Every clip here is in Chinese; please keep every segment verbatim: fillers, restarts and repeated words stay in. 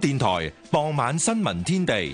電台傍晚新聞天地。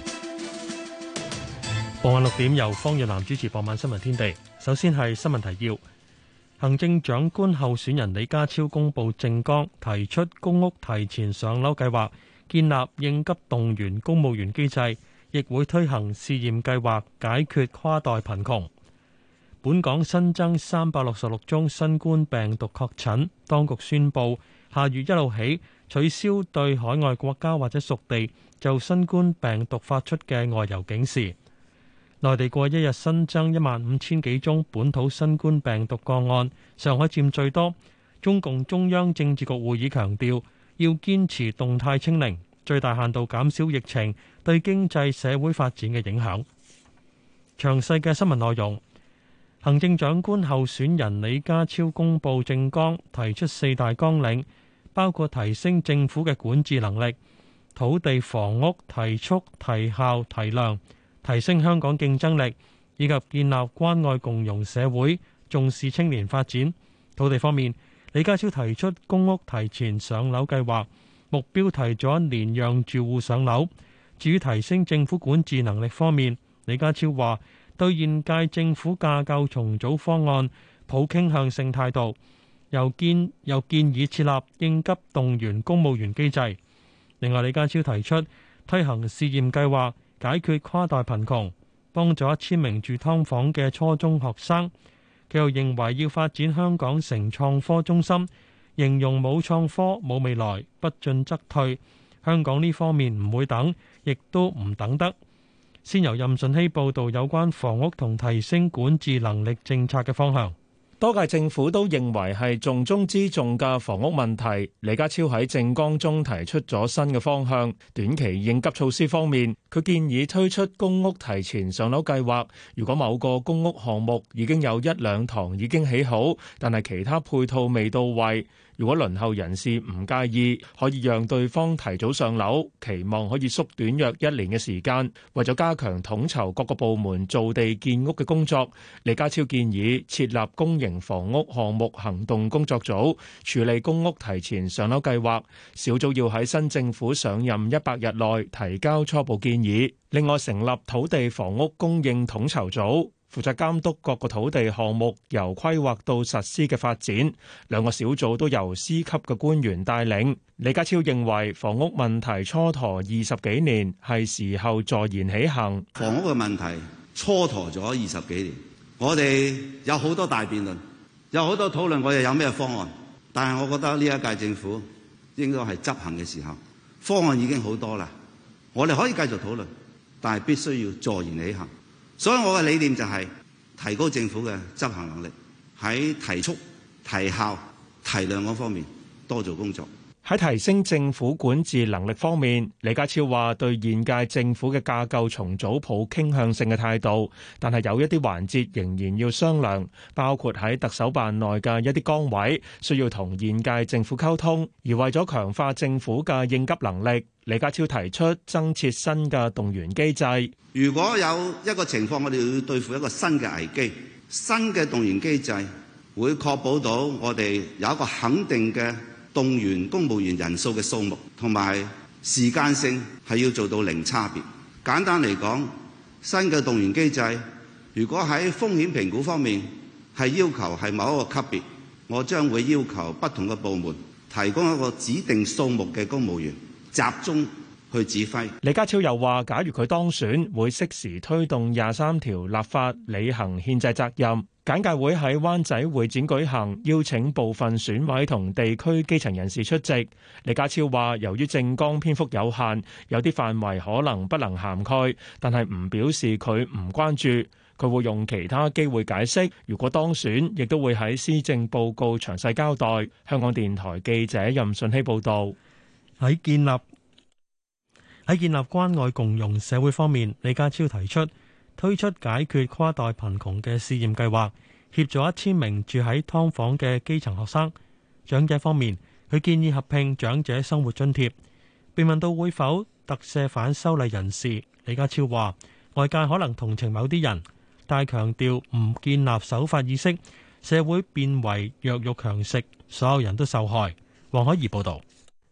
傍晚六點由方若南主持傍晚新聞天地。首先係新聞提要。行政長官候選人李家超公布政綱，提出公屋提前上樓計劃，建立應急動員公務員機制，亦會推行試驗計劃，解決跨代貧窮。本港新增三百六十六宗新冠病毒確診，當局宣布下月一號起取消對海外國家或者屬地就新冠病毒發出嘅外遊警示。內地過一日新增一萬五千幾宗本土新冠病毒個案，上海佔最多。中共中央政治局會議強調，要堅持動態清零，最大限度減少疫情對經濟社會發展嘅影響。詳細嘅新聞內容，行政長官候選人李家超公布政綱，提出四大綱領，包括提升政府嘅管治能力、土地房屋提速、提效、提量，提升香港競爭力，以及建立關愛共融社會，重視青年發展。土地方面，李家超提出公屋提前上樓計劃，目標提咗一年讓住戶上樓。至於提升政府管治能力方面，李家超話對現屆政府架構重組方案抱傾向性態度，又建又建議設立應急動員公務員機制。另外，李家超提出推行試驗計劃，解決跨代貧窮，幫助一千名住劏房嘅初中學生。佢又認為要發展香港成創科中心，形容冇創科冇未來，不進則退。香港呢方面唔會等，亦都唔等得。先由任順熙報導有關房屋同提升管治能力政策嘅方向。 多屆政府都認為係重中之重嘅房屋問題，李家超喺政綱中提出咗新嘅方向。短期應急措施方面，佢建議推出公屋提前上樓計劃。如果某個公屋項目已經有一兩幢已經起好，但係其他配套未到位，如果輪候人士唔介意，可以讓對方提早上樓，期望可以縮短約一年嘅時間。為咗加強統籌各個部門造地建屋嘅工作，李家超建議設立公營房屋項目行動工作組，處理公屋提前上樓計劃。小組要喺新政府上任一百日內提交初步建議。另外，成立土地房屋供應統籌組，負責監督各個土地項目由規劃到實施嘅發展。兩個小組都由司級嘅官員帶領。李家超認為房屋問題蹉跎二十幾年，係時候坐言起行。 房屋嘅問題蹉跎咗二十幾年，我哋有好多大辯論，有好多討論，我哋有咩方案？但係我覺得呢一屆政府應該係執行嘅時候，方案已經好多啦。我哋可以繼續討論，但係必須要坐言起行。所以我嘅理念就係提高政府嘅執行能力，喺提速、提效、提量嗰方面多做工作。 喺提升政府管治能力方面，李家超話對現屆政府嘅架構重組抱傾向性嘅態度，但係有一啲環節仍然要商量，包括喺特首辦內嘅一啲崗位需要同現屆政府溝通。而為咗強化政府嘅應急能力，李家超提出增設新嘅動員機制。 如果有一個情況，我哋要對付一個新嘅危機，新嘅動員機制會確保到我哋有一個肯定嘅動員公務員人數嘅數目同埋時間性係要做到零差別。簡單嚟講，新嘅動員機制如果喺風險評估方面係要求係某一個級別，我將會要求不同嘅部門提供一個指定數目嘅公務員集中去指揮。 李家超又話，假如佢當選，會適時推動廿三條立法，履行憲制責任。簡介會喺灣仔會展舉行，邀請部分選委同地區基層人士出席。李家超話，由於政綱篇幅有限，有啲範圍可能不能涵蓋，但係唔表示佢唔關注。佢會用其他機會解釋。如果當選，亦都會喺施政報告詳細交代。香港電台記者任順希報導。 喺建立喺建立關愛共融社會方面，李家超提出推出解決跨代貧窮嘅試驗計劃，協助一千名住喺劏房嘅基層學生。長者方面，佢建議合併長者生活津貼。被問到會否特赦反修例人士，李家超話外界可能同情某啲人，但係強調唔建立守法意識，社會變為弱肉強食，所有人都受害。黃海怡報導。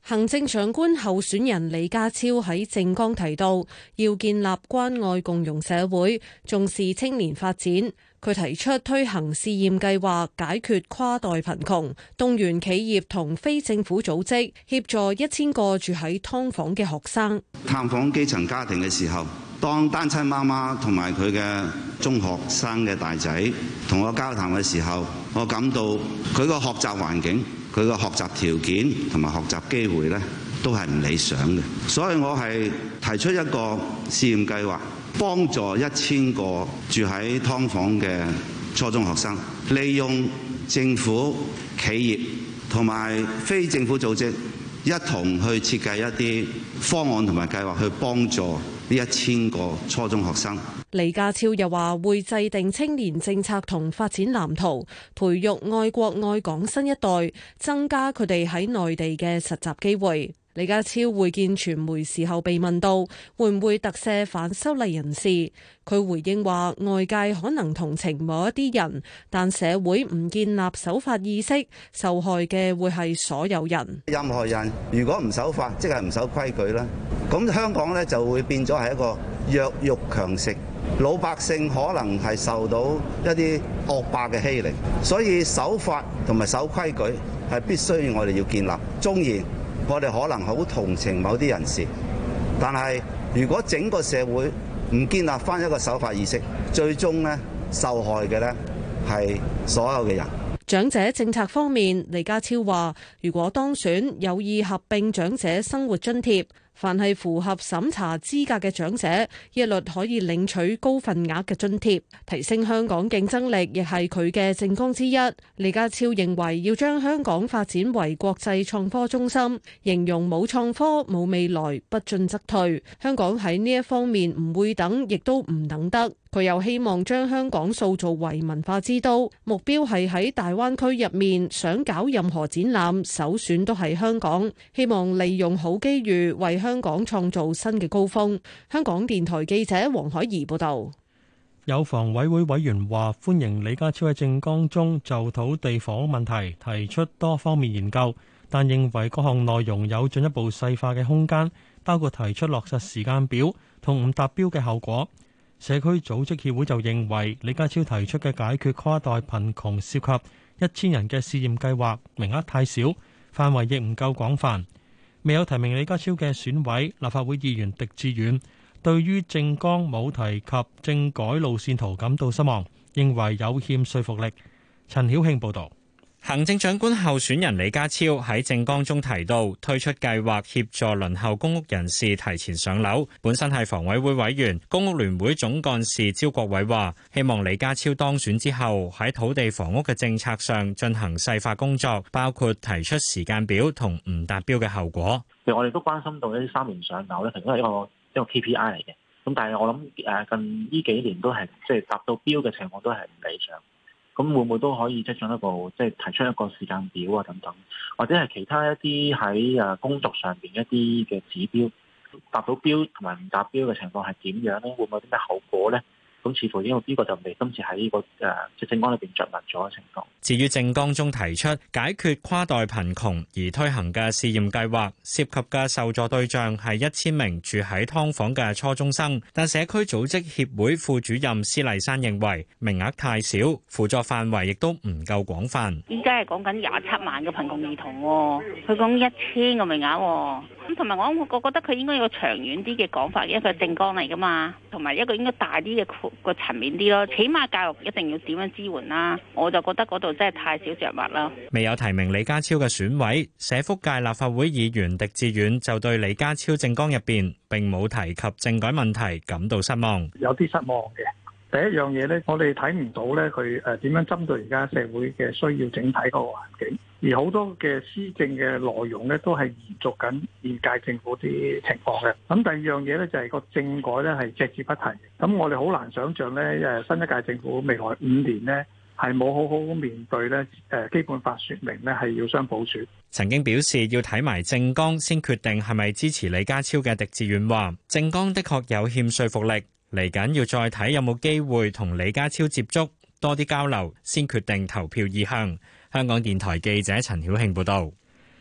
行政長官候選人李家超喺政綱提到，要建立關愛共融社會，重視青年發展。佢提出推行試驗計劃，解決跨代貧窮，動員企業同非政府組織協助一千個住喺劏房嘅學生。 探訪基層家庭嘅時候，當單親媽媽同埋佢嘅中學生嘅大仔同我交談嘅時候，我感到佢個學習環境、佢個學習條件同埋學習機會咧，都係唔理想嘅。所以我係提出一個試驗計劃，幫助一千個住喺劏房嘅初中學生，利用政府、企業同埋非政府組織一同去設計一啲方案同埋計劃，去幫助呢一千個初中學生。 李家超又話會制定青年政策同發展藍圖，培育愛國愛港新一代，增加佢哋喺內地嘅實習機會。李家超會見傳媒時候被問到會唔會特赦反修例人士，佢回應話外界可能同情某一啲人，但社會唔建立守法意識，受害嘅會係所有人。 任何人如果唔守法，即係唔守規矩啦，咁香港呢就會變咗係一個弱肉強食，老百姓可能係受到一啲惡霸嘅欺凌，所以守法同埋守規矩係必須我哋要建立。縱然我哋可能好同情某啲人士，但係如果整個社會唔建立翻一個守法意識，最終呢受害嘅呢係所有嘅人。 長者政策方面，李家超話如果當選，有意合併長者生活津貼，凡係符合審查資格嘅長者，一律可以領取高份額嘅津貼，提升香港競爭力，亦係佢嘅政綱之一。李家超認為要將香港發展為國際創科中心，形容冇創科冇未來，不進則退。香港喺呢一方面唔會等，亦都唔等得。佢又希望將香港塑造為文化之都，目標係喺大灣區入面想搞任何展覽，首選都係香港。希望利用好機遇，為香港創造新嘅高峰。香港電台記者黃海怡報導。 有房委會委員話歡迎李家超喺政綱中就土地房屋問題提出多方面研究，但認為各項內容有進一步細化嘅空間，包括提出落實時間表同唔達標嘅後果。社區組織協會就認為李家超提出嘅解決跨代貧窮涉及一千人嘅試驗計劃名額太少，範圍亦唔夠廣泛。未有提名李家超嘅選委立法會議員狄志遠對於政綱冇提及政改路線圖感到失望，認為有欠說服力。陳曉慶報導。 行政長官候選人李家超喺政綱中提到，推出計劃協助輪候公屋人士提前上樓。本身係房委會委員、公屋聯會總幹事招國偉話，希望李家超當選之後喺土地房屋嘅政策上進行細化工作，包括提出時間表同唔達標嘅後果。 其實我哋都關心到一啲三年上樓咧，其實都係一個一個 K P I 嚟嘅。咁但係我諗誒近呢幾年都係即係達到標嘅情況都係唔理想。咁會唔會都可以即係進一步即係提出一個時間表啊等等，或者係其他一啲喺誒工作上邊一啲嘅指標達到標同埋唔達標嘅情況係點樣咧？會唔會有啲咩後果咧？咁似乎呢個呢個就未今次喺呢個誒即係政綱裏邊著墨咗嘅情況。 至於政綱中提出解決跨代貧窮而推行嘅試驗計劃，涉及嘅受助對象係一千名住喺劏房嘅初中生，但社區組織協會副主任施麗珊認為名額太少，輔助範圍亦都唔夠廣泛。 依家係講緊廿七萬嘅貧窮兒童喎，佢講一千個名額喎，咁同埋我我覺得佢應該有個長遠啲嘅講法，一個政綱嚟㗎嘛，同埋一個應該大啲嘅個層面啲咯，起碼教育一定要點樣支援啦。我就覺得嗰度真係太少着墨啦。 未有提名李家超嘅選委，社福界立法會議員狄志遠就對李家超政綱入邊並冇提及政改問題感到失望。 有啲失望嘅。第一樣嘢咧，我哋睇唔到咧佢誒點樣針對而家社會嘅需要，整體個環境，而好多嘅施政嘅內容咧都係延續緊現屆政府啲情況嘅。咁第二樣嘢咧就係個政改咧係隻字不提。咁我哋好難想像咧誒新一屆政府未來五年咧係冇好好面對咧誒基本法説明咧係要雙普選。 曾經表示要睇埋政綱先決定係咪支持李家超嘅狄志遠話，政綱的確有欠說服力。嚟緊要再睇有冇機會同李家超接觸，多啲交流，先決定投票意向。香港電台記者陳曉慶報導。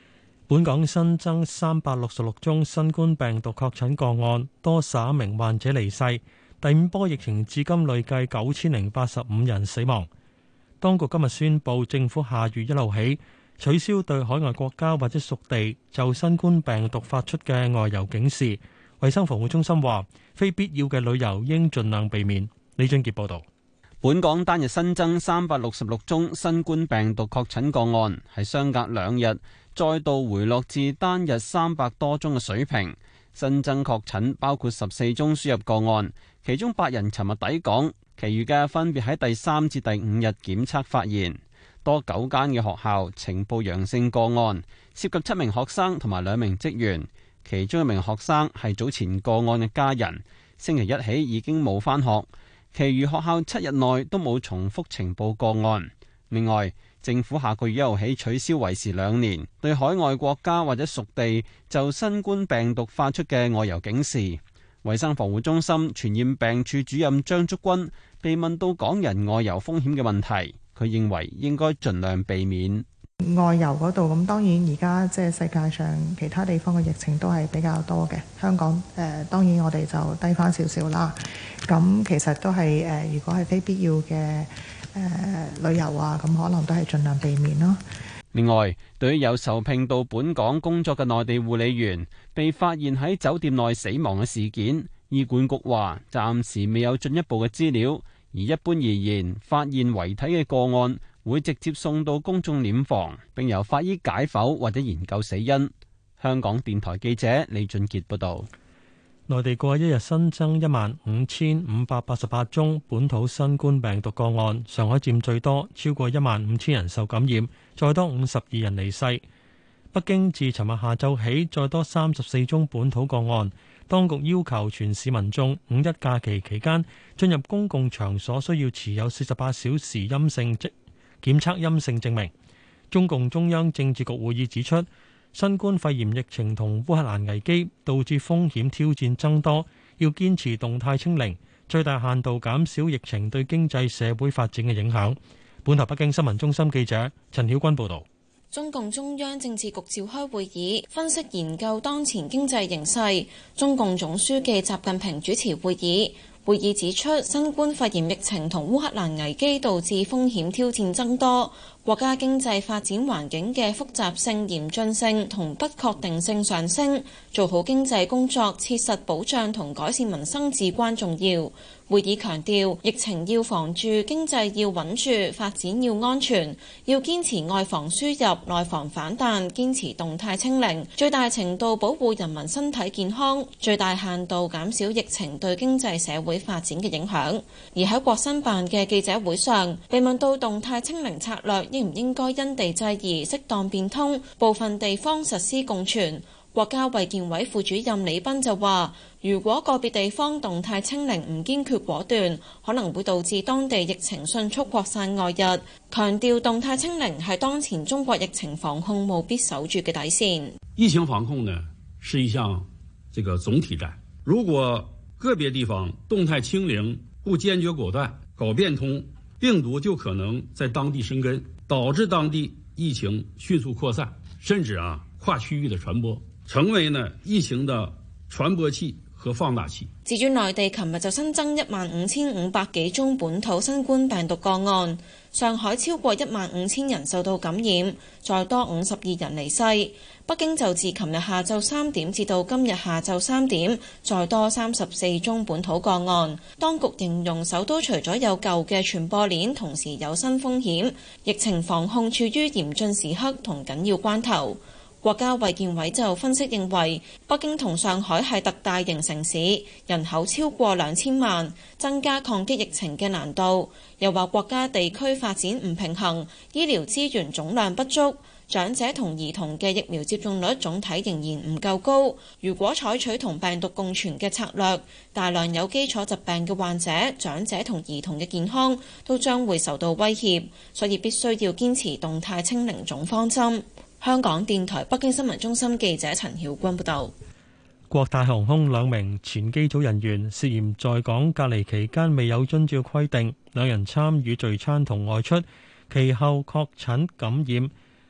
本港新增三百六十六宗新冠病毒確診個案，多十一名患者離世。第五波疫情至今累計九千零八十五人死亡。當局今日宣布，政府下月一號起取消對海外國家或者屬地就新冠病毒發出嘅外遊警示。衛生防護中心話，非必要嘅旅遊應盡量避免。李俊傑報導。 本港單日新增三百六十六宗新冠病毒確診個案，係相隔兩日再度回落至單日三百多宗嘅水平。新增確診包括十四宗輸入個案，其中八人尋日抵港，其餘嘅分別喺第三至第五日檢測發現。多九間嘅學校呈報陽性個案，涉及七名學生同埋兩名職員，其中一名學生係早前個案嘅家人，星期一起已經冇返學。其餘學校七日內都冇重複呈報個案。另外，政府下個月一號起取消為時兩年對海外國家或者屬地就新冠病毒發出嘅外遊警示。衛生防護中心傳染病處主任張竹君被問到港人外遊風險嘅問題，佢認為應該盡量避免外遊嗰度。咁當然而家即係世界上其他地方嘅疫情都係比較多嘅，香港誒、呃、當然我哋就低返少少啦。咁其實都係誒、呃，如果係非必要嘅誒、呃、旅遊啊，咁可能都係盡量避免咯。 另外，對於有受聘到本港工作嘅內地護理員被發現喺酒店內死亡嘅事件，醫管局話暫時未有進一步嘅資料，而一般而言，發現遺體嘅個案會直接送到公眾殮房，並由法醫解剖或者研究死因。香港電台記者李俊傑報導。 內地過一日新增一萬五千五百八十八宗本土新冠病毒個案，上海佔最多，超過一萬五千人受感染，再多五十二人離世。北京自尋日下晝起再多三十四宗本土個案，當局要求全市民眾五一假期期間進入公共場所需要持有四十八小時陰性即檢測陰性證明。中共中央政治局會議指出，新冠肺炎疫情同烏克蘭危機導致風險挑戰增多，要堅持動態清零，最大限度減少疫情對經濟社會發展嘅影響。本台北京新聞中心記者陳曉君報導。 中共中央政治局召開會議，分析研究當前經濟形勢。中共總書記習近平主持會議。會議指出，新冠肺炎疫情同烏克蘭危機導致風險挑戰增多，國家經濟發展環境嘅複雜性、嚴峻性同不確定性上升，做好經濟工作，切實保障同改善民生至關重要。會議強調，疫情要防住，經濟要穩住，發展要安全，要堅持外防輸入、內防反彈，堅持動態清零，最大程度保護人民身體健康，最大限度減少疫情對經濟社會發展嘅影響。而喺國新辦嘅記者會上，被問到動態清零策略應唔應該因地制宜、適當變通，部分地方實施共存。國家衛健委副主任李斌就話，如果個別地方動態清零唔堅決果斷，可能會導致當地疫情迅速擴散外溢。強調動態清零係當前中國疫情防控務必守住嘅底線。 疫情防控呢，是一項這個總體戰。如果個別地方動態清零不堅決果斷，搞變通，病毒就可能在當地生根，導致當地疫情迅速擴散，甚至啊跨區域的傳播，成為呢疫情的傳播器和放大器。 至於內地，琴日就新增一萬五千五百幾宗本土新冠病毒個案，上海超過一萬五千人受到感染，再多五十二人離世。北京就自琴日下晝三點至到今日下晝三點，再多三十四宗本土個案。當局形容首都除咗有舊嘅傳播鏈，同時有新風險，疫情防控處於嚴峻時刻同緊要關頭。國家衛健委就分析認為，北京同上海係特大型城市，人口超過兩千萬，增加抗擊疫情嘅難度。又話國家地區發展唔平衡，醫療資源總量不足，長者同兒童嘅疫苗接種率總體仍然唔夠高。如果採取同病毒共存嘅策略，大量有基礎疾病嘅患者、長者同兒童嘅健康都將會受到威脅，所以必須要堅持動態清零總方針。香港電台北京新聞中心記者陳曉君報道。 國泰航空兩名前機組人員涉嫌在港隔離期間未有遵照規定，兩人參與聚餐同外出，其後確診感染，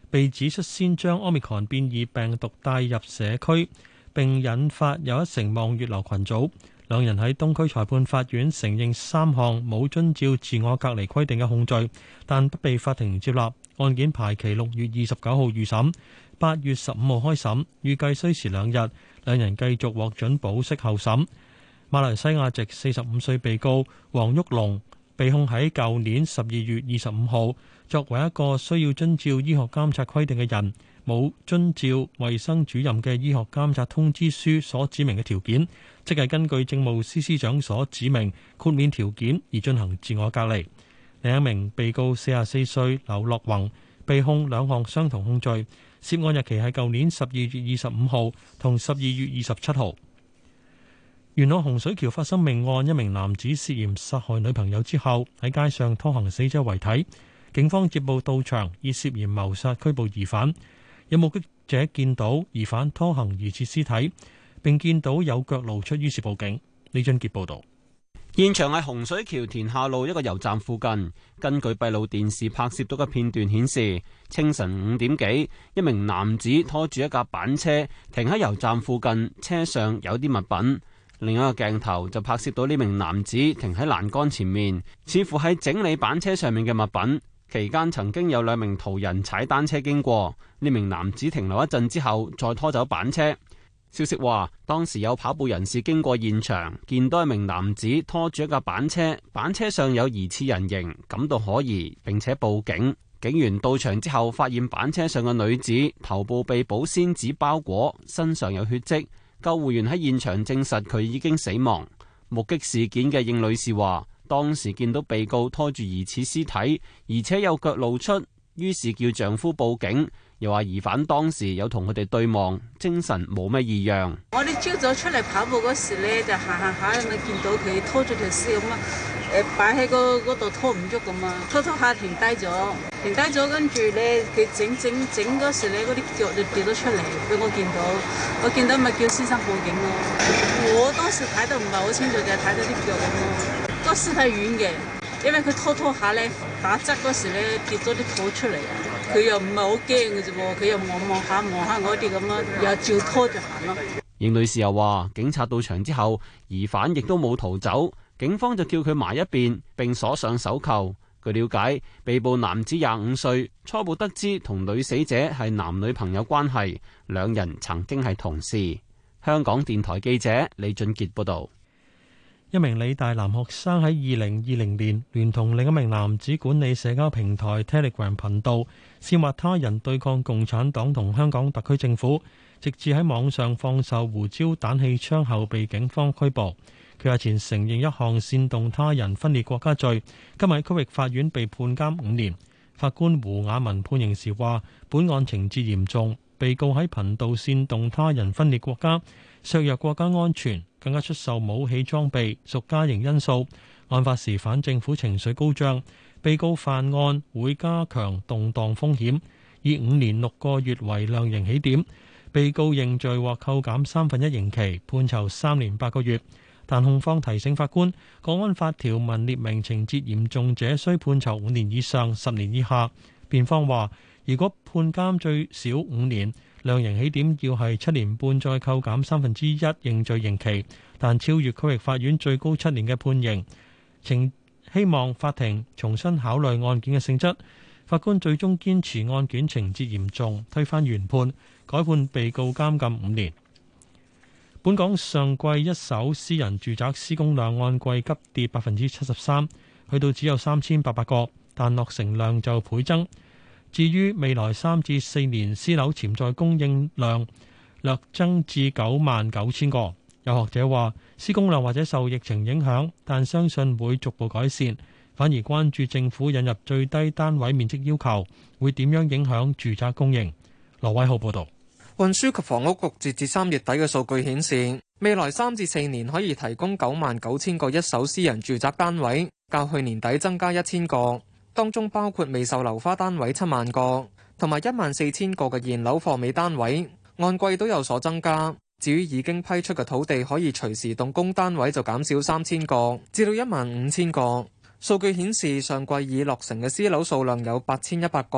被指率先將 Omicron 變異病毒帶入社區，並引發又一城望月樓群組。兩人喺東區裁判法院承認三項冇遵照自我隔離規定嘅控罪，但不被法庭接納。案件排期六月二十九號預審，八月十五號開審，預計需時兩日。兩人繼續獲准保釋候審。馬來西亞籍四十五歲被告黃旭龍被控喺舊年十二月二十五號，作為一個需要遵照醫學監察規定嘅人，冇遵照衛生主任嘅醫學監察通知書所指明嘅條件，即係根據政務司司長所指明豁免條件而進行自我隔離。另一名被告四十四歲劉樂宏被控兩項相同控罪，涉案日期係舊年十二月二十五號同十二月二十七號。元朗洪水橋發生命案，一名男子涉嫌殺害女朋友之後喺街上拖行死者遺體，警方接報到場，以涉嫌謀殺拘捕疑犯。有目擊者見到疑犯拖行疑似屍體，並見到有腳露出，於是報警。李俊傑報導。 現場係洪水橋田下路一個油站附近，根據閉路電視拍攝到嘅片段顯示，清晨五點幾，一名男子拖住一架板車停喺油站附近，車上有啲物品。另一個鏡頭就拍攝到呢名男子停喺欄杆前面，似乎係整理板車上面嘅物品。期間曾經有兩名途人踩單車經過，呢名男子停留一陣之後再拖走板車。消息話，當時有跑步人士經過現場，見到一名男子拖住一架板車，板車上有疑似人形，感到可疑，並且報警。警員到場之後，發現板車上嘅女子頭部被保鮮紙包裹，身上有血跡。救護員喺現場證實佢已經死亡。目擊事件嘅應女士話，當時見到被告拖住疑似屍體，而且有腳露出，於是叫丈夫報警。又話疑犯當時有同佢哋對望，精神冇咩異樣。 我哋朝早出嚟跑步嗰時咧，就行行下咪見到佢拖住條屍咁啊，誒擺喺個嗰度拖唔喐咁啊，拖拖下停低咗，停低咗，跟住咧佢整整整嗰時咧，嗰啲腳就跌咗出嚟，俾我見到，我見到咪叫先生報警咯。我當時睇到唔係好清楚，就睇到啲腳咁咯，個屍體軟嘅，因為佢拖拖下咧打側嗰時咧跌咗啲土出嚟。佢又唔係好驚嘅啫喎，佢又望望下望下我哋咁咯，又照拖住行咯。 應女士又話，警察到場之後，疑犯亦都冇逃走，警方就叫佢埋一邊並鎖上手銬。據了解，被捕男子廿五歲，初步得知同女死者係男女朋友關係，兩人曾經係同事。香港電台記者李俊傑報導。 一名理大男學生喺二零二零年聯同另一名男子管理社交平台 Telegram 頻道，煽惑他人對抗共產黨同香港特區政府，直至喺網上放售胡椒彈氣槍後被警方拘捕。佢日前承認一項煽動他人分裂國家罪，今日喺區域法院被判監五年。法官胡雅文判刑時話，本案情節嚴重，被告喺頻道煽動他人分裂國家，削弱國家安全，更加出售武器裝備，屬加刑因素。案發時反政府情緒高漲，被告犯案會加強動盪風險，以五年六個月為量刑起點。被告認罪獲扣減三分一刑期，判囚三年八個月。但控方提醒法官，國安法條文列明情節嚴重者須判囚五年以上十年以下。辯方話，如果判監最少五年，量刑起點要係七年半再扣減三分之一認罪刑期，但超越區域法院最高七年嘅判刑，情希望法庭重新考慮案件嘅性質。法官最終堅持案件情節嚴重，推翻原判，改判被告監禁五年。本港上季一手私人住宅施工量按季急跌百分之七十三，去到只有三千八百個，但落成量就倍增。至於未來三至四年私樓潛在供應量略增至九萬九千個。有學者話，施工量或者受疫情影響，但相信會逐步改善。反而關注政府引入最低單位面積要求，會點樣影響住宅供應。羅偉浩報導。 運輸及房屋局截至三月底嘅數據顯示，未來三至四年可以提供九萬九千個一手私人住宅單位，較去年底增加一千個。當中包括未售樓花單位七萬個，同埋一萬四千個嘅現樓貨尾單位，按季都有所增加。至於已經批出嘅土地可以隨時動工單位就減少三千個，至到一萬五千個。數據顯示，上季已落成嘅私樓數量有八千一百個，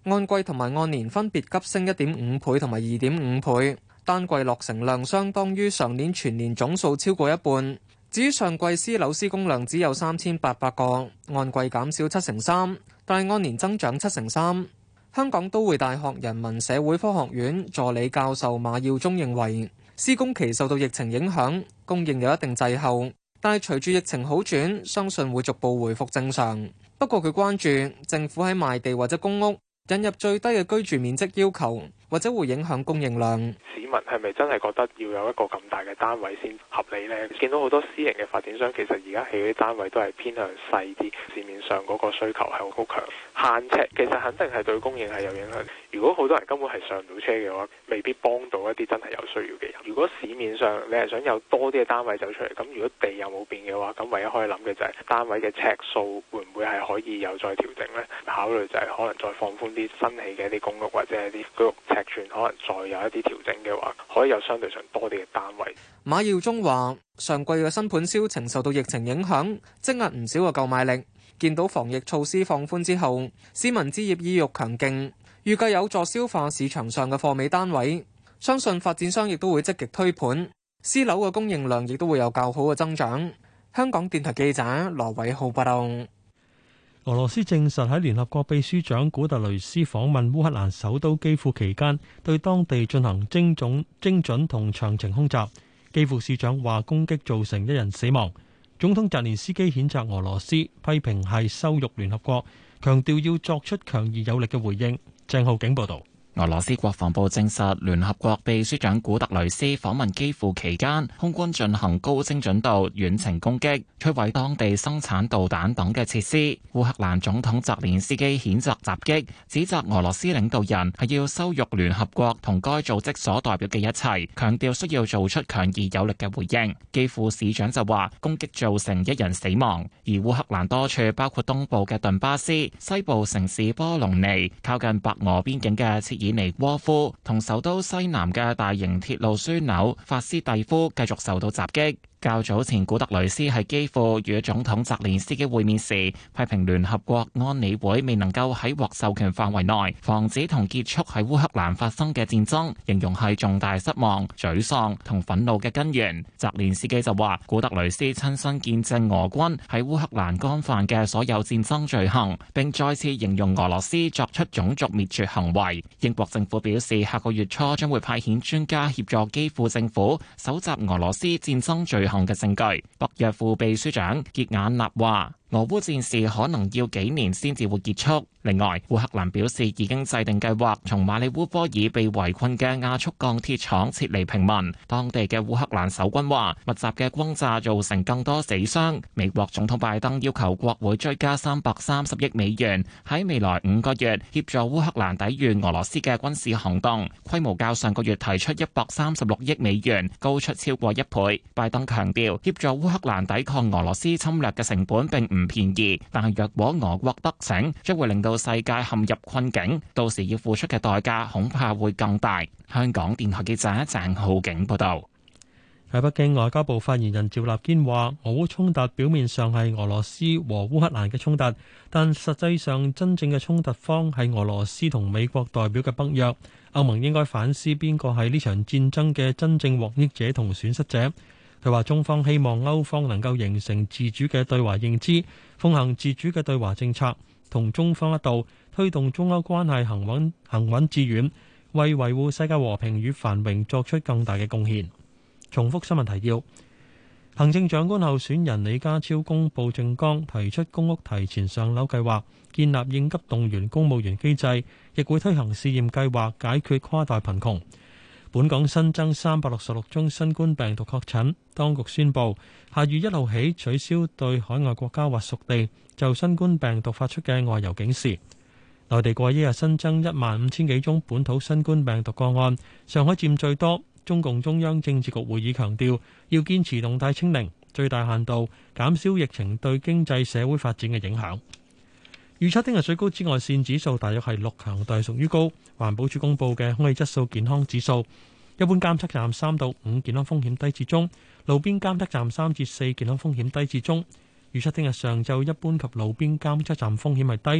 按季同埋按年分別急升一點五倍同埋二點五倍，單季落成量相當於上年全年總數超過一半。至於上季私樓施工量只有三千八百個，按季減少七成三，但按年增長七成三。香港都會大學人文社會科學院助理教授馬耀忠認為，施工期受到疫情影響，供應有一定滯後，但係隨住疫情好轉，相信會逐步回復正常。不過佢關注政府喺賣地或者公屋引入最低嘅居住面積要求，或者會影響供應量。 市民係咪真係覺得要有一個咁大嘅單位先合理呢？見到好多私營嘅發展商，其實而家起嗰啲單位都係偏向細啲，市面上嗰個需求係好強，限尺其實肯定係對供應係有影響。如果好多人根本係上唔到車嘅話，未必幫到一啲真係有需要嘅人。如果市面上你係想有多啲嘅單位走出嚟，咁如果地又冇變嘅話，咁唯一可以諗嘅就係單位嘅尺數會唔會係可以有再調整呢？考慮就係可能再放寬啲新起嘅一啲公屋或者係啲居屋尺寸，可能再有一啲調整嘅話，可以有相對上多啲嘅單位。 馬耀忠話：上季嘅新盤銷情受到疫情影響，積壓唔少嘅購買力。見到防疫措施放寬之後，市民置業意欲強勁，預計有助消化市場上嘅貨尾單位。相信發展商亦都會積極推盤，私樓嘅供應量亦都會有較好嘅增長。香港電台記者羅偉浩報道。 俄羅斯證實喺聯合國秘書長古特雷斯訪問烏克蘭首都基輔期間，對當地進行精準、精準同長程空襲。基輔市長話攻擊造成一人死亡。總統澤連斯基譴責俄羅斯，批評係羞辱聯合國，強調要作出強而有力嘅回應。鄭浩景報道。 俄羅斯國防部證實，聯合國秘書長古特雷斯訪問基輔期間，空軍進行高精準度遠程攻擊，摧毀當地生產導彈等嘅設施。烏克蘭總統澤連斯基譴責襲擊，指責俄羅斯領導人係要羞辱聯合國同該組織所代表嘅一切，強調需要做出強而有力嘅回應。基輔市長就話，攻擊造成一人死亡，而烏克蘭多處包括東部嘅頓巴斯、西部城市波隆尼、靠近白俄邊境嘅切爾尼沃夫同首都西南嘅大型鐵路樞紐法斯蒂夫繼續受到襲擊。較早前，古特雷斯喺基輔與總統澤連斯基會面時，批評聯合國安理會未能夠喺獲授權範圍內防止同結束喺烏克蘭發生嘅戰爭，形容係重大失望、沮喪同憤怒嘅根源。澤連斯基就話，古特雷斯親身見證俄軍喺烏克蘭干犯嘅所有戰爭罪行，並再次形容俄羅斯作出種族滅絕行為。英國政府表示，下個月初將會派遣專家協助基輔政府搜集俄羅斯戰爭罪行嘅證據。北約副秘書長傑雅納話，俄烏戰事可能要幾年先至會結束。另外，烏克蘭表示已經制定計劃，從馬里烏波爾被圍困嘅亞速鋼鐵廠撤離平民。當地嘅烏克蘭守軍話，密集嘅轟炸造成更多死傷。美國總統拜登要求國會追加三百三十億美元，喺未來五個月協助烏克蘭抵禦俄羅斯嘅軍事行動，規模較上個月提出一百三十六億美元高出超過一倍。拜登強調，協助烏克蘭抵抗俄羅斯侵略嘅成本並唔便宜，但係若果俄國得逞，將會令到世界陷入困境，到時要付出嘅代價恐怕會更大。香港電台記者鄭浩景報道。 喺北京，外交部發言人趙立堅話，俄烏衝突表面上係俄羅斯和烏克蘭嘅衝突，但實際上真正嘅衝突方係俄羅斯同美國代表嘅北約。歐盟應該反思邊個係呢場戰爭嘅真正獲益者同損失者。佢話中方希望歐方能夠形成自主嘅對華認知，奉行自主嘅對華政策，同中方一道推動中歐關係行穩行穩致遠，為維護世界和平與繁榮作出更大嘅貢獻。重複新聞提要：行政長官候選人李家超公布政綱，提出公屋提前上樓計劃，建立應急動員公務員機制，亦會推行試驗計劃，解決跨代貧窮。本港新增三百六十六宗新冠病毒確診，當局宣布下月一號起取消對海外國家或屬地就新冠病毒發出嘅外遊警示。內地過一日新增一萬五千幾宗本土新冠病毒個案，上海佔最多。中共中央政治局會議強調，要堅持動態清零，最大限度減少疫情對經濟社會發展嘅影響。預測聽日最高紫外線指數大約係六，強度屬於高。環保署公布嘅空氣質素健康指數，一般監測站三到五，健康風險低至中；路邊監測站三至四，健康風險低至中。預測聽日上晝一般及路邊監測站風險係低，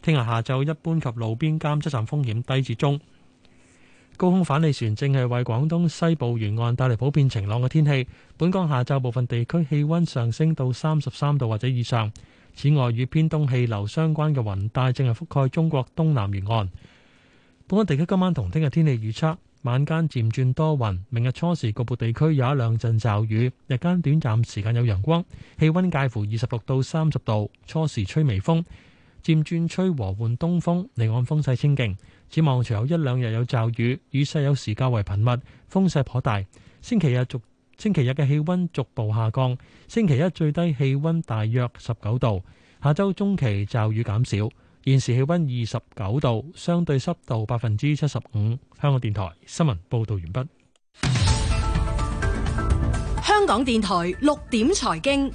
聽日下晝一般及路邊監測站風險低至中。高空反氣旋正係為廣東西部沿岸帶嚟普遍晴朗嘅天氣。本港下晝部分地區氣溫上升到三十三度或者以上。此外，與偏東氣流相關嘅雲帶正係覆蓋中國東南沿岸。本港地區今晚同聽日天氣預測：晚間漸轉多雲，明日初時局部地區有一兩陣驟雨，日間短暫時間有陽光，氣溫介乎二十六到三十度，初時吹微風，漸轉吹和緩東風，離岸風勢清勁。展望隨後一兩日有驟雨，雨勢有時較為頻密，風勢頗大。星期日逐星期日嘅氣溫逐步下降，星期一最低氣溫大約十九度。下周中期驟雨減少。現時氣溫二十九度，相對濕度百分之七十五。香港電台新聞報道完畢。 香港電台六點財經。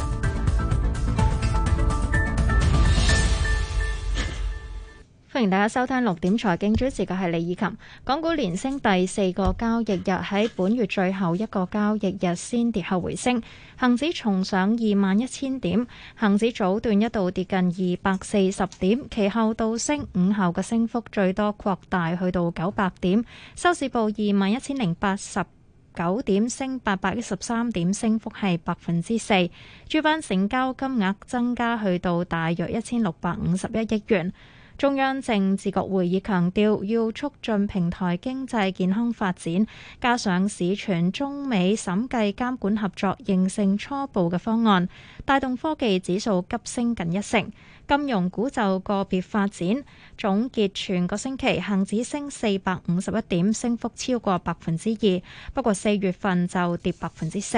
歡迎大家收聽六點財經，主持嘅係李以琴。港股連升第四個交易日，喺本月最後一個交易日先跌後回升，恒指重上二萬一千點，恒指早段一度跌近二百四十點，其後倒升，午後嘅升幅最多擴大去到九百點，收市報二萬一千零八十九點，升八百一十三點，升幅係百分之四。主板成交金額增加去到大約一千六百五十一億元。中央政治局會議強調，要促進平台經濟健康發展，加上市傳中美審計監管合作形成初步嘅方案，帶動科技指數急升近一成。金融股就個別發展，總結全個星期恒指升四百五十一點，升幅超過百分之二，不過四月份就跌百分之四。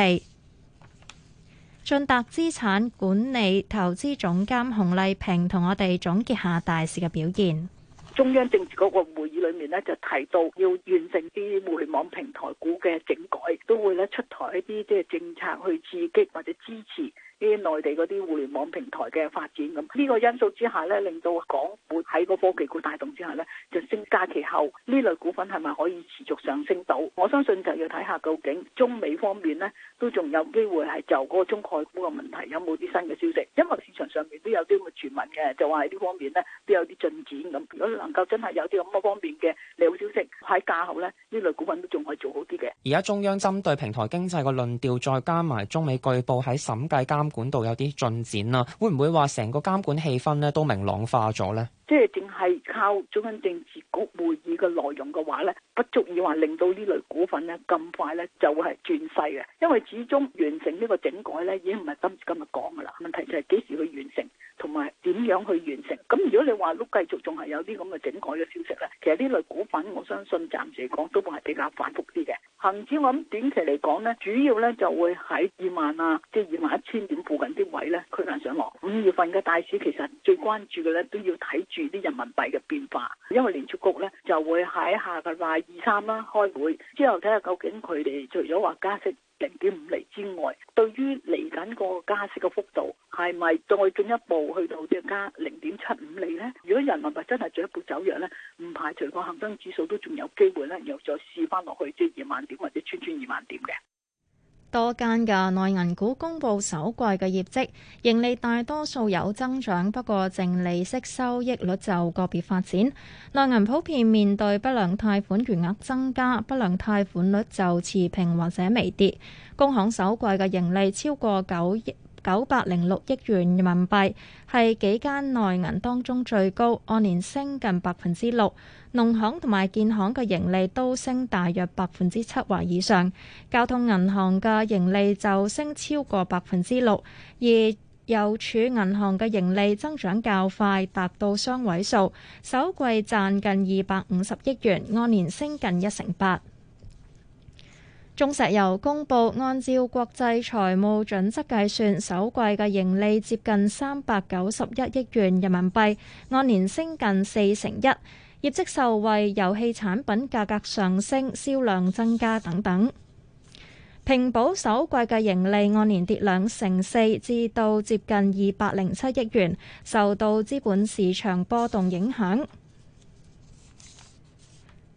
晉達資產管理投資總監洪麗萍同我哋總結下大市嘅表現。 中央政治局個會議裏面咧就提到要完成啲互聯網平台股嘅整改，都會咧出台一啲即係政策去刺激或者支持啲內地嗰啲互聯網平台嘅發展。咁呢個因素之下咧，令到港股喺個科技股帶動之下咧，就升假期後呢類股份係咪可以持續上升到？我相信就要睇下究竟中美方面咧都仲有機會係就嗰個中概股嘅問題有冇啲新嘅消息，因為市場上面都有啲咁嘅傳聞嘅，就話喺呢方面咧都有啲進展咁。如果能夠真係有啲咁嘅方面嘅利好消息喺價後咧，呢類股份都仲可以做好啲嘅。 而家中央針對平台經濟嘅論調，再加埋中美據報喺審計監管度有啲進展啦，會唔會話成個監管氣氛咧都明朗化咗呢？ 即係淨係靠中央政治局會議嘅內容嘅話咧，不足以話令到呢類股份咧咁快咧就會係轉勢嘅，因為始終完成呢個整改咧已經唔係今時今日講噶啦，問題就係幾時去完成，同埋點樣去完成。咁如果你話都繼續仲係有啲咁嘅整改嘅消息咧，其實呢類股份我相信暫時嚟講都會係比較反覆啲嘅。恒指我諗短期嚟講咧，主要咧就會喺二萬啊，即係二萬一千點附近啲位咧區間上落。五月份嘅大市其實最關注嘅咧都要睇住啲人民幣嘅變化，因為聯儲局咧就會喺下個禮拜二三啦開會，之後睇下究竟佢哋除咗話加息零點五厘之外，對於嚟緊個加息嘅幅度係咪再進一步去到即係加零點七五厘呢？如果人民幣真係進一步走弱呢，唔排除個恒生指數都仲有機會咧，又再試翻落去即係二萬點或者穿穿二萬點嘅。 多間嘅內銀股公布首季嘅業績，盈利大多數有增長，不過淨利息收益率就個別發展。內銀普遍面對不良貸款餘額增加，不良貸款率就持平或者微跌。工行首季嘅盈利超過九億九百零六億元人民幣，係幾間內銀當中最高，按年升近百分之六。農行同埋建行嘅盈利都升大約百分之七或以上，交通銀行嘅盈利就升超過百分之六，而郵儲銀行嘅盈利增長較快，達到雙位數，首季賺近二百五十億元，按年升近一成八。中石油公佈，按照國際財務準則計算，首季嘅盈利接近三百九十一億元人民幣，按年升近四成一。業績受惠油氣產品價格上升、銷量增加等等。平保首季嘅盈利按年跌兩成四，至到接近二百零七億元，受到資本市場波動影響。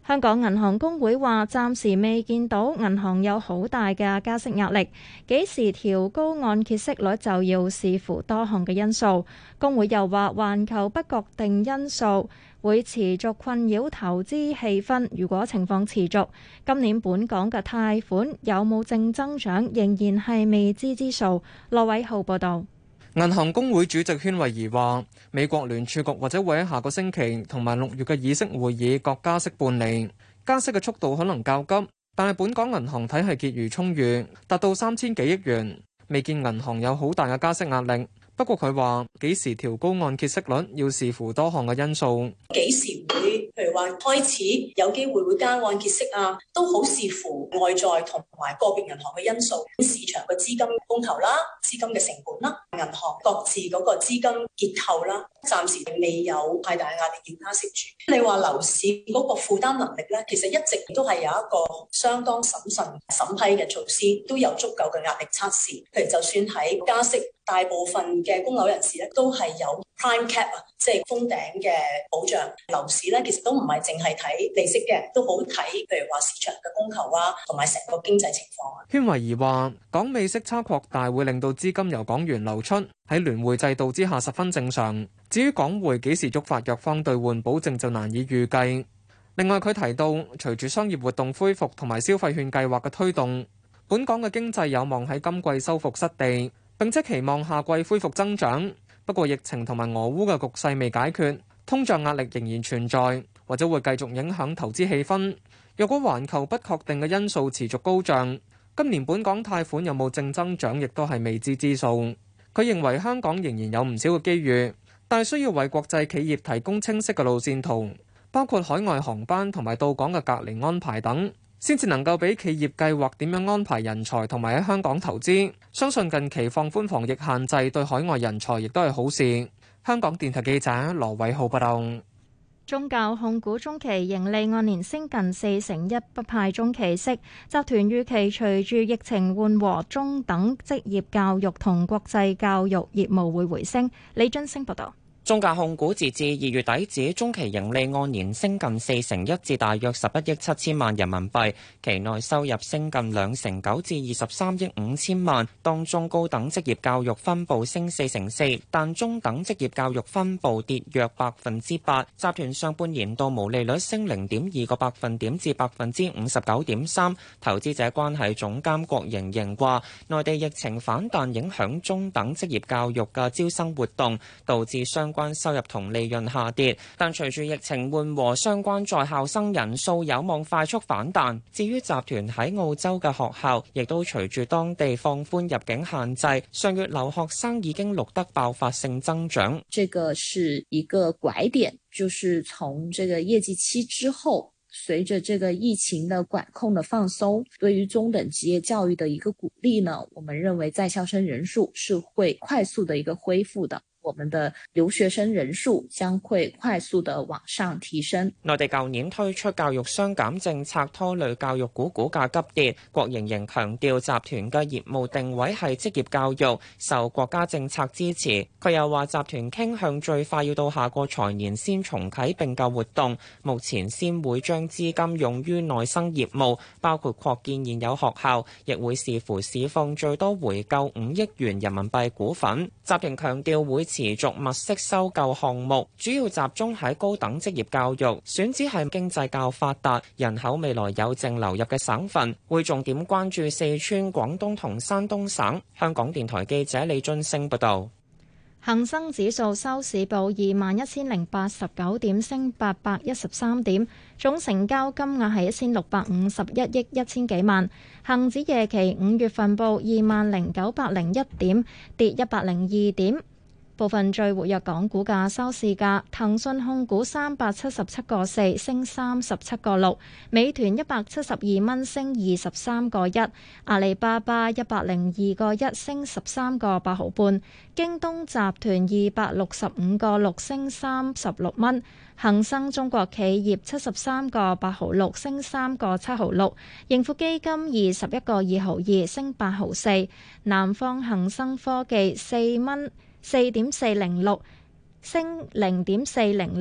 香港銀行公會話，暫時未見到銀行有好大嘅加息壓力，幾時調高按揭息率就要視乎多項嘅因素。公會又話，環球不確定因素會持續困擾投資氣氛，如果情況持續，今年本港嘅貸款有冇正增長，仍然係未知之數。羅偉浩報導。 銀行公會主席禤惠儀話，美國聯儲局或者會喺下個星期同埋六月嘅議息會議各加息半釐，加息嘅速度可能較急，但係本港銀行體系結餘充裕，達到三千幾億元，未見銀行有好大嘅加息壓力。不過佢話幾時調高按揭息率要視乎多項嘅因素。 幾時會譬如話開始有機會會加按揭息啊，都好視乎外在同埋個別銀行嘅因素，市場嘅資金供求啦、資金嘅成本啦、銀行各自嗰個資金結構啦，暫時未有太大嘅壓力要加息住。你話樓市嗰個負擔能力咧，其實一直都係有一個相當審慎審批嘅措施，都有足夠嘅壓力測試。譬如就算喺加息，大部分嘅供樓人士咧都係有 prime cap 啊，即係封頂嘅保障。樓市咧其實都唔係淨係睇利息嘅，都好睇譬如話市場嘅供求啊，同埋成個經濟情況啊。 禤惠儀話，港美息差擴大會令到資金由港元流出，喺聯匯制度之下十分正常。至於港匯幾時觸發弱方兌換保證就難以預計。另外佢提到，隨住商業活動恢復同埋消費券計劃嘅推動，本港嘅經濟有望喺今季收復失地，並且期望下季恢復增長。不過疫情同埋俄烏嘅局勢未解決，通脹壓力仍然存在，或者會繼續影響投資氣氛。若果環球不確定嘅因素持續高漲，今年本港貸款有冇正增長，亦都係未知之數。佢認為香港仍然有唔少嘅機遇，但係需要為國際企業提供清晰嘅路線圖，包括海外航班同埋到港嘅隔離安排等，先至能夠俾企業計劃點樣安排人才同埋喺香港投資。相信近期放寬防疫限制對海外人才亦都係好事。香港電台記者羅偉浩報道。 中教控股中期盈利按年升近四成一，不派中期息。集團預期隨住疫情緩和，中等職業教育同國際教育業務會回升。李津升報道。 中教控股截至二月底止中期盈利按年升近四成一，至大約十一億七千萬人民幣。期內收入升近兩成九，至二十三億五千萬。當中高等職業教育分部升四成四，但中等職業教育分部跌約百分之八。集團上半年度毛利率升零點二個百分點至百分之五十九點三。投資者關係總監郭瑩瑩話：內地疫情反彈影響中等職業教育嘅招生活動，導致相關收入同利潤下跌，但隨住疫情緩和，相關在校生人數有望快速反彈。至於集團喺澳洲嘅學校，亦都隨住當地放寬入境限制，上月留學生已經錄得爆發性增長。 這個是一個拐點，就是從這個業績期之後，隨着這個疫情的管控的放鬆，對於中等職業教育的一個鼓勵呢，我們認為在校生人數是會快速的一個恢復的。我們的留學生人數將會快速的往上提升。 內地舊年推出教育雙減政策，拖累教育股股價急跌。郭瑩瑩強調，集團嘅業務定位係職業教育，受國家政策支持。佢又話，集團傾向最快要到下個財年先重啟併購活動，目前先會將資金用於內生業務，包括擴建現有學校，亦會視乎市況最多回購五億元人民幣股份。集團強調會持續物色收購項目，主要集中喺高等職業教育，選址係經濟較發達、人口未來有淨流入嘅省份，會重點關注四川、廣東同山東省。香港電台記者李津升報道。 恒生指數收市報二萬一千零八十九點，升八百一十三點，總成交金額係一千六百五十一億一千幾萬。恒指夜期五月份報二萬零九百零一點，跌一百零二點。部分最活躍港股價收市價：騰訊控股三百七十七個四升三十七個六，美團一百七十二蚊升二十三個一，阿里巴巴一百零二個一升十三個八毫半，京東集團二百六十五個六升三十六蚊，恒生中國企業七十三個八毫六升三個七毫六，盈富基金二十一個二毫二升八毫四，南方恒生科技四蚊。四點四零六升零點四零六，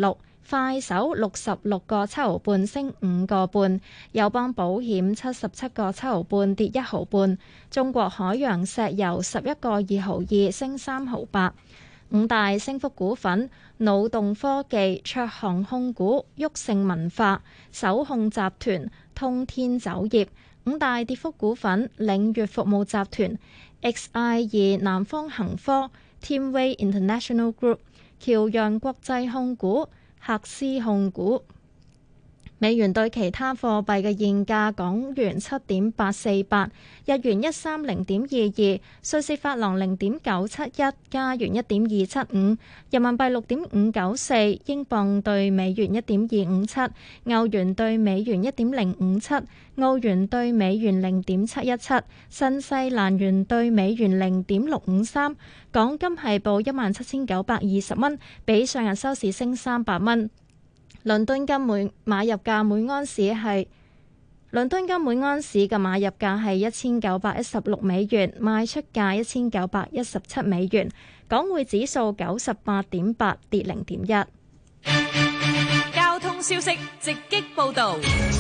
快手六十六個七毫半升五個半，友邦保險七十七個七毫半跌一毫半，中國海洋石油十一個二毫二升三毫八。五大升幅股份：腦動科技、卓航控股、旭盛文化、首控集團、通天酒業。五大跌幅股份：領悅服務集團、X I 二、南方恒科、Teamway International Group、僑陽國際控股、赫斯控股。美元對其他貨幣嘅現價：港元七點八四八，日元一三零點二二，瑞士法郎零點九七一，加元一點二七五，人民幣六點五九四，英鎊對美元一點二五七，歐元對美元一點零五七，澳元對美元零點七一七，新西蘭元對美元零點六五三。港金係報一萬七千九百二十蚊，比上日收市升三百蚊。倫敦金每買入價每安士係，倫敦金每安士嘅買入價係一千九百一十六美元，賣出價一千九百一十七美元。港匯指數九十八點八，跌零點一。 交通消息直擊報導。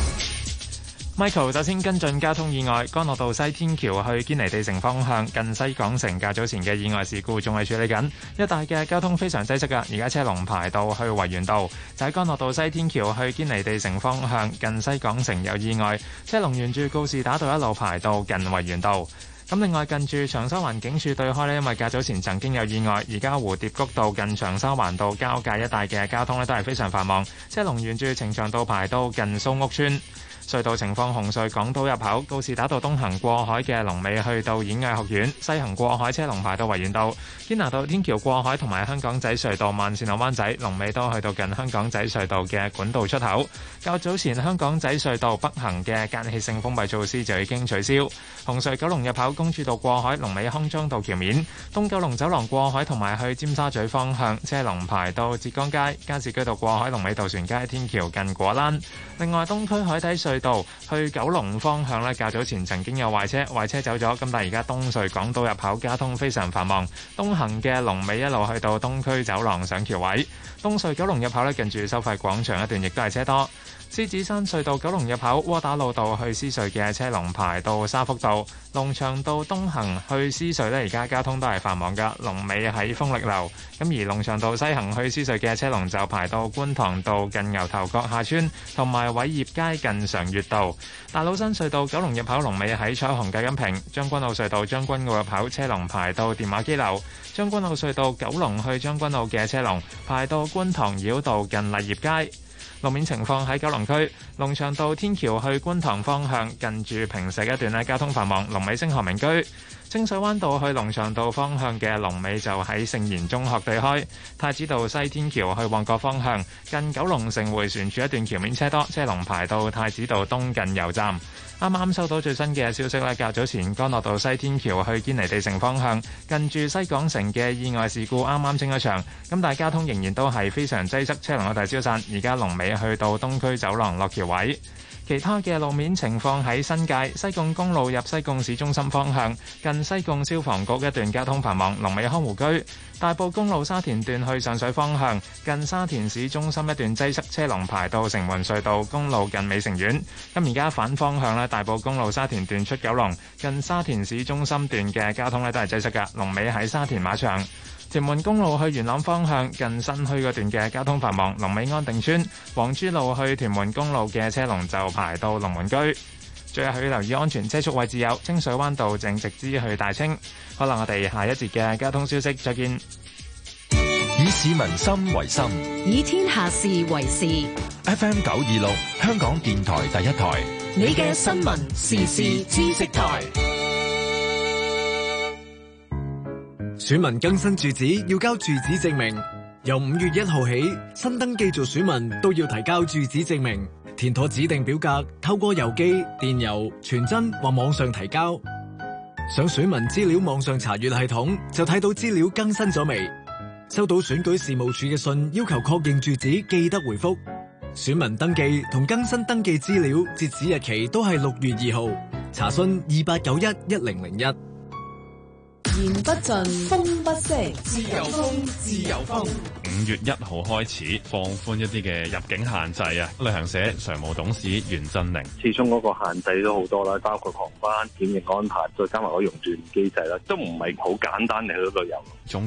Michael 首先跟進交通意外，干諾道西天橋去堅尼地城方向近西港城較早前嘅意外事故仲係處理緊，一帶嘅交通非常擠塞㗎，而家車龍排到去維園道，就喺干諾道西天橋去堅尼地城方向近西港城有意外，車龍沿住告士打道一路排到近維園道。咁另外近住長沙灣警署對開呢，因為較早前曾經有意外，而家蝴蝶谷道近長沙灣道交界一帶嘅交通呢都係非常繁忙，車龍沿住呈祥道排到近蘇屋村。隧道情況：紅隧港島入口告士打道東行過海嘅龍尾去到演藝學院，西行過海車龍排到維園道。堅拿道天橋過海同埋香港仔隧道慢線落灣仔龍尾都去到近香港仔隧道嘅管道出口。較早前香港仔隧道北行嘅間歇性封閉措施就已經取消。紅隧九龍入口公主道過海龍尾康莊道橋面，東九龍走廊過海同埋去尖沙咀方向車龍排到浙江街，加士居道過海龍尾渡船街天橋近果欄。另外東區海底隧道去九龍方向咧，較早前曾經有壞車，壞車走咗，咁但係而家東隧港島入口交通非常繁忙，東行嘅龍尾一路去到東區走廊上橋位，東隧九龍入口咧近住收費廣場一段亦都係車多。獅子山隧道九龍入口窩打老道去獅隧嘅車龍排到沙福道，龍翔道東行去獅隧呢，而家交通都係繁忙噶，龍尾喺豐力樓。咁而龍翔道西行去獅隧嘅車龍就排到觀塘道近牛頭角下村，同埋偉業街近常悅道。大老山隧道九龍入口龍尾喺彩虹隔音屏，將軍澳隧道將軍澳入口車龍排到電話機樓，將軍澳隧道九龍去將軍澳嘅車龍排到觀塘繞道近麗業街。路面情況喺九龍區龍翔道天橋去觀塘方向近住坪石一段咧，交通繁忙，龍尾星河名居。清水灣道去龍翔道方向嘅龍尾就喺聖言中學對開。太子道西天橋去旺角方向近九龍城迴旋處一段橋面車多，車龍排到太子道東近油站。啱啱收到最新嘅消息咧，較早前干諾道西天橋去堅尼地城方向近住西港城嘅意外事故啱啱清咗場，咁但係交通仍然都係非常擠塞，車龍有大消散，而家龍尾去到東區走廊落橋位。其他嘅路面情況喺新界西貢公路入西貢市中心方向近西貢消防局一段交通繁忙，龍尾康湖居。大埔公路沙田段去上水方向近沙田市中心一段擠塞，車龍排到城門隧道公路近美城苑。咁而家反方向咧，大埔公路沙田段出九龍近沙田市中心段嘅交通咧都係擠塞㗎，龍尾喺沙田馬場。屯門公路去元朗方向近新墟嗰段嘅交通繁忙，龍尾安定村。黃珠路去屯門公路嘅車龍就排到龍門居。最後要留意安全車速位置有清水灣道正直支去大清。可能我哋下一節嘅交通消息再見。 以市民心為心， 以天下事為事。 F M 九二六香港電台第一台， 你嘅新聞時事知識台。 選民更新住址要交住址證明，由五月一號起，新登記做選民都要提交住址證明，填妥指定表格，透過郵寄、電郵、傳真或網上提交。上選民資料網上查閱系統就睇到資料更新咗未？收到選舉事務處嘅信要求確認住址，記得回覆。選民登記同更新登記資料截止日期都係六月二號。查詢二八九一一零零一。 言不盡，風不息，自由風，自由風。 五月一號開始放寬一啲嘅入境限制啊！旅行社常務董事袁振寧， 始終嗰個限制都好多啦，包括航班檢疫安排，再加埋嗰熔斷機制啦，都唔係好簡單嚟去旅遊。